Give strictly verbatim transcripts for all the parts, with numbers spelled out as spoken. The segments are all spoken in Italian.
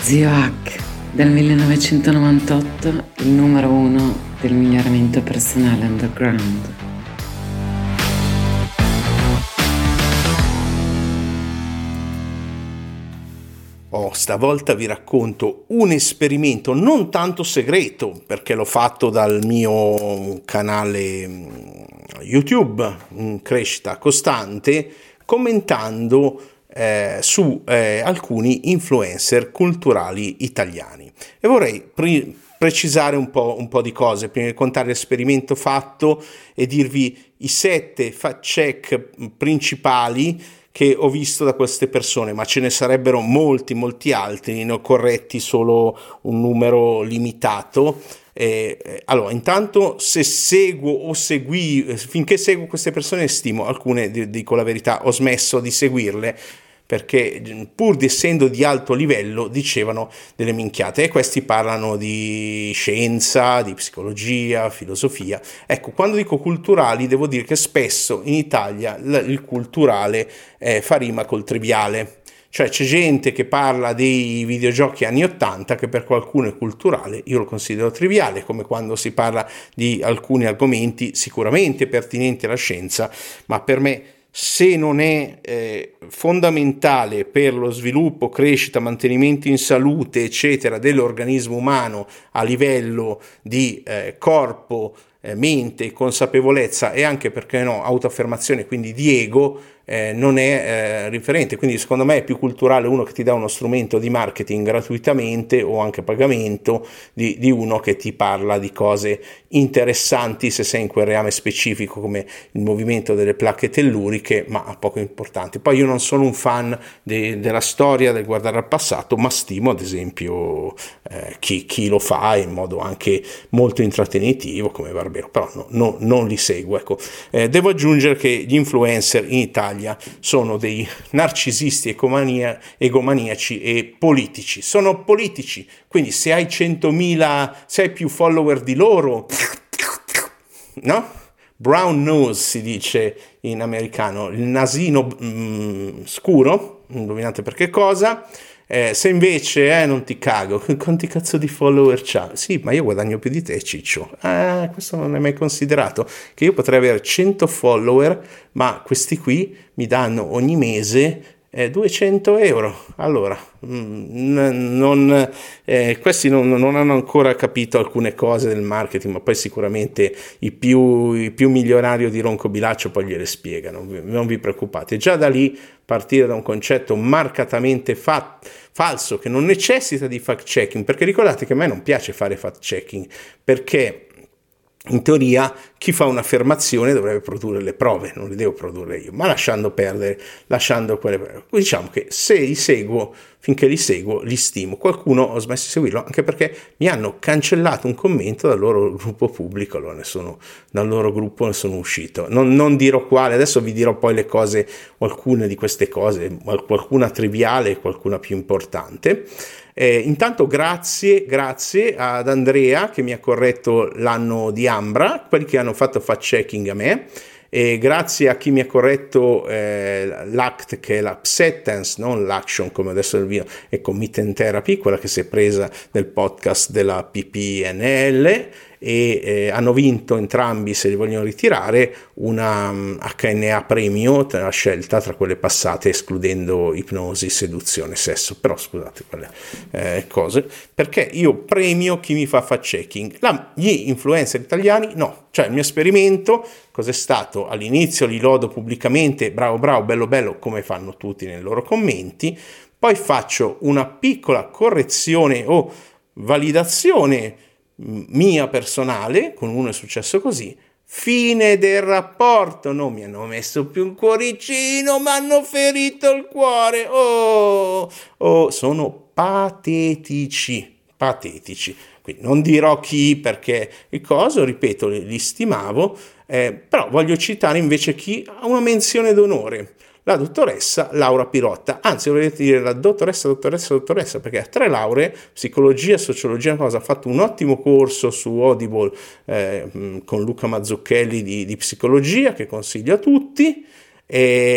Zio Hack, del millenovecentonovantotto, il numero uno del miglioramento personale underground. Oh, stavolta vi racconto un esperimento non tanto segreto, perché l'ho fatto dal mio canale YouTube in crescita costante, commentando eh, su eh, alcuni influencer culturali italiani. E vorrei pre- precisare un po', un po' di cose prima di contare l'esperimento fatto e dirvi i sette fact check principali che ho visto da queste persone, ma ce ne sarebbero molti, molti altri, ne ho corretti solo un numero limitato. Eh, allora, intanto, se seguo o segui, finché seguo queste persone, stimo alcune, dico la verità, ho smesso di seguirle, perché pur essendo di alto livello dicevano delle minchiate, e questi parlano di scienza, di psicologia, filosofia. Ecco, quando dico culturali devo dire che spesso in Italia il culturale eh, fa rima col triviale, cioè c'è gente che parla dei videogiochi anni ottanta che per qualcuno è culturale, io lo considero triviale, come quando si parla di alcuni argomenti sicuramente pertinenti alla scienza, ma per me, se non è eh, fondamentale per lo sviluppo, crescita, mantenimento in salute, eccetera, dell'organismo umano a livello di eh, corpo, eh, mente, consapevolezza e anche, perché no, autoaffermazione, quindi di ego, eh, non è eh, riferente. Quindi secondo me è più culturale uno che ti dà uno strumento di marketing gratuitamente o anche a pagamento di, di uno che ti parla di cose interessanti se sei in quel reame specifico come il movimento delle placche telluriche, ma poco importanti. Poi io non sono un fan de, della storia, del guardare al passato, ma stimo ad esempio eh, chi, chi lo fa in modo anche molto intrattenitivo come Barbero, però no, no, non li seguo. Ecco. Eh, devo aggiungere che gli influencer in Italia sono dei narcisisti, egomania, egomaniaci e politici. Sono politici, quindi se hai centomila, se hai più follower di loro, no? Brown nose si dice in americano, il nasino mm, scuro, indovinate per che cosa. Eh, se invece eh, non ti cago, quanti cazzo di follower c'ha? Sì, ma io guadagno più di te, ciccio. Ah, questo non è mai considerato, che io potrei avere cento follower, ma questi qui mi danno ogni mese eh, duecento euro. Allora, mh, non, eh, questi non, non hanno ancora capito alcune cose del marketing, ma poi sicuramente i più, i più milionari di Roncobilaccio poi gliele spiegano, non vi preoccupate. Già da lì partire da un concetto marcatamente fa- falso che non necessita di fact checking, perché ricordate che a me non piace fare fact checking, perché in teoria chi fa un'affermazione dovrebbe produrre le prove, non le devo produrre io, ma lasciando perdere, lasciando quelle prove. Diciamo che se li seguo, finché li seguo, li stimo. Qualcuno ho smesso di seguirlo anche perché mi hanno cancellato un commento dal loro gruppo pubblico, allora ne sono, dal loro gruppo ne sono uscito. Non, non dirò quale, adesso vi dirò poi le cose, alcune di queste cose, qualcuna triviale e qualcuna più importante. Eh, intanto grazie, grazie ad Andrea che mi ha corretto l'anno di Ambra, quelli che hanno fatto fact checking a me, e grazie a chi mi ha corretto eh, l'act, che è l'acceptance, non l'action come adesso il video è commitment therapy, quella che si è presa nel podcast della P P N L, e eh, hanno vinto entrambi, se li vogliono ritirare, una um, H N A premio, tra la scelta tra quelle passate, escludendo ipnosi, seduzione, sesso. Però scusate quelle eh, cose, perché io premio chi mi fa fact checking. La, gli influencer italiani no. Cioè il mio esperimento cos'è stato? All'inizio li lodo pubblicamente, bravo bravo, bello bello, come fanno tutti nei loro commenti, poi faccio una piccola correzione o validazione mia personale, con uno è successo così, fine del rapporto, non mi hanno messo più un cuoricino, mi hanno ferito il cuore, oh, oh, sono patetici, patetici, quindi non dirò chi, perché il coso, ripeto, li, li stimavo, eh, però voglio citare invece chi ha una menzione d'onore, la dottoressa Laura Pirotta, anzi volete dire la dottoressa, dottoressa, dottoressa, perché ha tre lauree, psicologia, sociologia, cosa, ha fatto un ottimo corso su Audible eh, con Luca Mazzucchelli di, di psicologia, che consiglio a tutti, e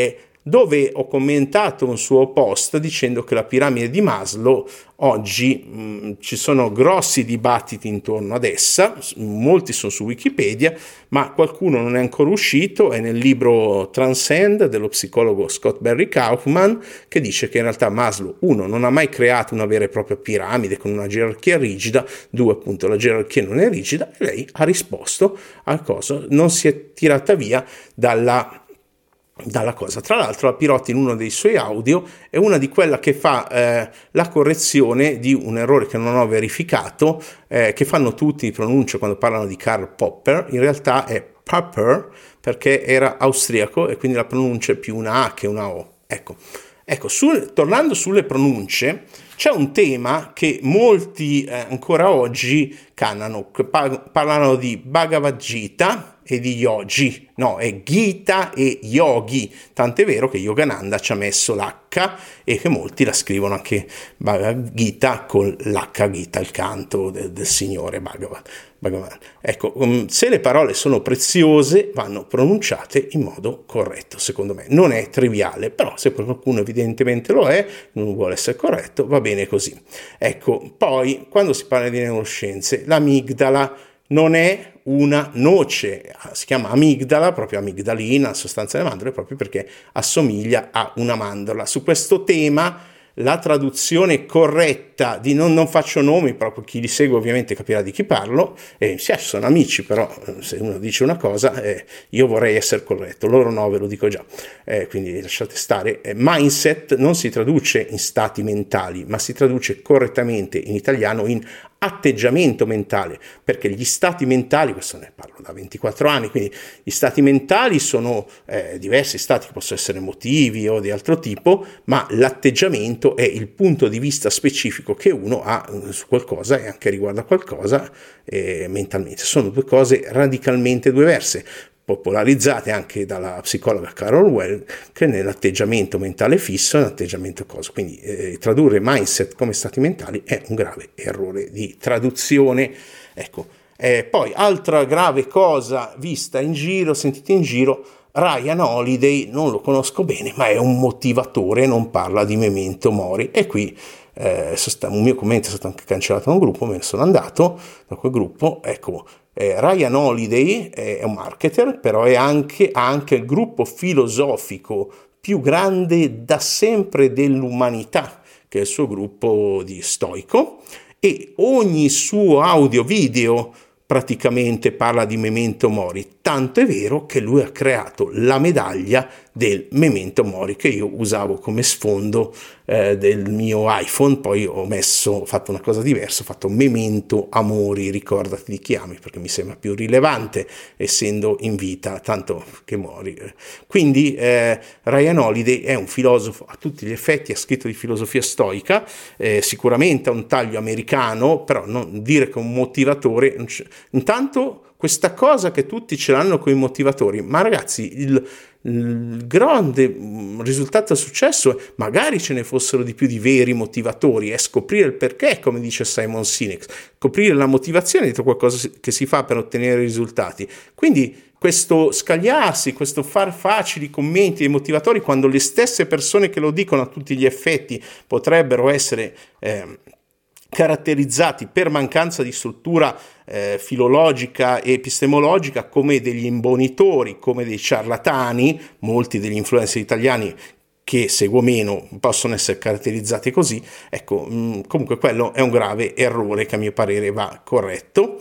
dove ho commentato un suo post dicendo che la piramide di Maslow oggi mh, ci sono grossi dibattiti intorno ad essa, molti sono su Wikipedia, ma qualcuno non è ancora uscito, è nel libro Transcend dello psicologo Scott Barry Kaufman, che dice che in realtà Maslow, uno, non ha mai creato una vera e propria piramide con una gerarchia rigida, due, appunto, la gerarchia non è rigida, e lei ha risposto al cosa, non si è tirata via dalla dalla cosa. Tra l'altro la Pirotti in uno dei suoi audio è una di quella che fa eh, la correzione di un errore che non ho verificato, eh, che fanno tutti i pronunce quando parlano di Karl Popper. In realtà è Popper, perché era austriaco e quindi la pronuncia è più una A che una O. Ecco, ecco sul, tornando sulle pronunce, c'è un tema che molti eh, ancora oggi cannano, che pa- parlano di Bhagavad Gita e di Yogi. No, è Gita e Yogi, tant'è vero che Yogananda ci ha messo l'H e che molti la scrivono anche Bhagavad Gita con l'H, Gita, il canto del, del Signore Bhagavan. Bhagavan. Ecco, um, se le parole sono preziose vanno pronunciate in modo corretto, secondo me. Non è triviale, però se qualcuno evidentemente lo è, non vuole essere corretto, va bene così. Ecco, poi quando si parla di neuroscienze, l'amigdala non è una noce, si chiama amigdala, proprio amigdalina, sostanza delle mandorle, proprio perché assomiglia a una mandorla. Su questo tema la traduzione corretta di non, non faccio nomi, proprio chi li segue ovviamente capirà di chi parlo, e sì, sono amici, però se uno dice una cosa eh, io vorrei essere corretto, loro no, ve lo dico già, eh, quindi lasciate stare. Eh, mindset non si traduce in stati mentali, ma si traduce correttamente in italiano in atteggiamento mentale, perché gli stati mentali, questo ne parlo da ventiquattro anni, quindi gli stati mentali sono eh, diversi stati che possono essere emotivi o di altro tipo, ma l'atteggiamento è il punto di vista specifico che uno ha su qualcosa e anche riguardo a qualcosa eh, mentalmente. Sono due cose radicalmente diverse, popolarizzate anche dalla psicologa Carol Well, che nell'atteggiamento mentale fisso è un atteggiamento cosa. Quindi eh, tradurre mindset come stati mentali è un grave errore di traduzione. Ecco, eh, poi altra grave cosa vista in giro, sentita in giro, Ryan Holiday, non lo conosco bene, ma è un motivatore, non parla di Memento Mori, e qui eh, un mio commento è stato anche cancellato da un gruppo, me ne sono andato da quel gruppo. Ecco, Eh, Ryan Holiday è un marketer, però è anche, ha anche il gruppo filosofico più grande da sempre dell'umanità, che è il suo gruppo di stoico, e ogni suo audio video praticamente parla di Memento Mori, tanto è vero che lui ha creato la medaglia del Memento Mori che io usavo come sfondo eh, del mio iPhone. Poi ho messo, ho fatto una cosa diversa, ho fatto Memento Amori, ricordati di chi ami, perché mi sembra più rilevante essendo in vita, tanto che muori. Quindi eh, Ryan Holiday è un filosofo a tutti gli effetti, ha scritto di filosofia stoica, eh, sicuramente ha un taglio americano, però non dire che è un motivatore. Intanto questa cosa che tutti ce l'hanno con i motivatori, ma ragazzi, il, il grande risultato del successo è magari ce ne fossero di più di veri motivatori, è scoprire il perché, come dice Simon Sinek, scoprire la motivazione dietro qualcosa che si fa per ottenere risultati. Quindi questo scagliarsi, questo far facili commenti ai motivatori, quando le stesse persone che lo dicono a tutti gli effetti potrebbero essere eh, caratterizzati per mancanza di struttura eh, filologica e epistemologica come degli imbonitori, come dei ciarlatani. Molti degli influencer italiani che seguo meno possono essere caratterizzati così. Ecco, mh, comunque quello è un grave errore che a mio parere va corretto,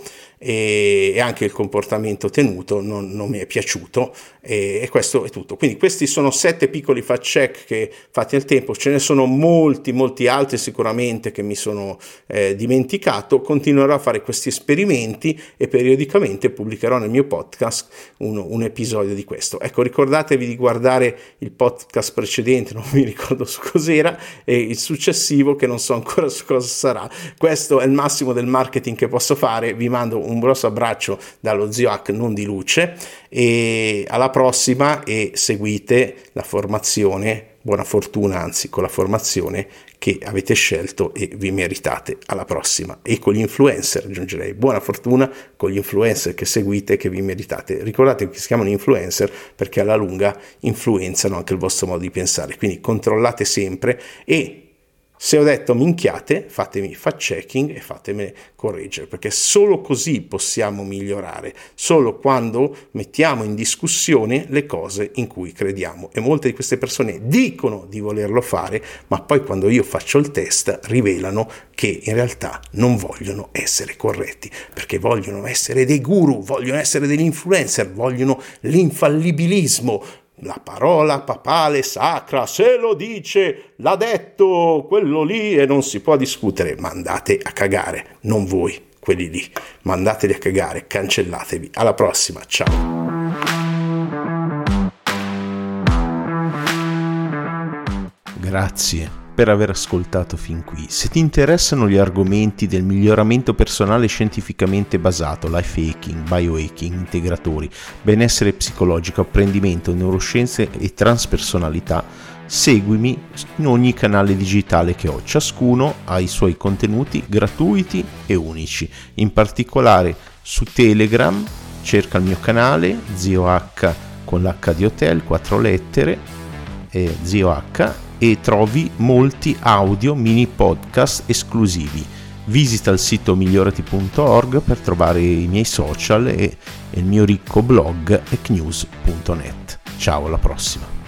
e, e anche il comportamento tenuto non, non mi è piaciuto, e, e questo è tutto. Quindi questi sono sette piccoli fact check che fatti nel tempo, ce ne sono molti molti altri sicuramente che mi sono eh, dimenticato. Continuerò a fare questi esperimenti e periodicamente pubblicherò nel mio podcast un, un episodio di questo. Ecco, ricordatevi di guardare il podcast precedente, non mi ricordo su cos'era, e il successivo che non so ancora su cosa sarà. Questo è il massimo del marketing che posso fare. Vi mando un grosso abbraccio dallo zio Hack non di luce, e alla prossima, e seguite la formazione buona fortuna anzi con la formazione che avete scelto e vi meritate. Alla prossima. E con gli influencer aggiungerei buona fortuna con gli influencer che seguite, che vi meritate. Ricordate che si chiamano influencer perché alla lunga influenzano anche il vostro modo di pensare, quindi controllate sempre, e se ho detto minchiate fatemi fact checking e fatemene correggere, perché solo così possiamo migliorare, solo quando mettiamo in discussione le cose in cui crediamo. E molte di queste persone dicono di volerlo fare, ma poi quando io faccio il test rivelano che in realtà non vogliono essere corretti, perché vogliono essere dei guru, vogliono essere degli influencer, vogliono l'infallibilismo. La parola papale sacra, se lo dice, l'ha detto quello lì e non si può discutere. Mandate a cagare, non voi, quelli lì. Mandateli a cagare, cancellatevi. Alla prossima, ciao. Grazie per aver ascoltato fin qui. Se ti interessano gli argomenti del miglioramento personale scientificamente basato, life hacking, biohacking, integratori, benessere psicologico, apprendimento, neuroscienze e transpersonalità, seguimi in ogni canale digitale che ho. Ciascuno ha i suoi contenuti gratuiti e unici. In particolare su Telegram cerca il mio canale Zio H con l'H di hotel, quattro lettere, e Zio H, e trovi molti audio mini podcast esclusivi. Visita il sito migliorati punto org per trovare i miei social e il mio ricco blog ecnews punto net. Ciao, alla prossima.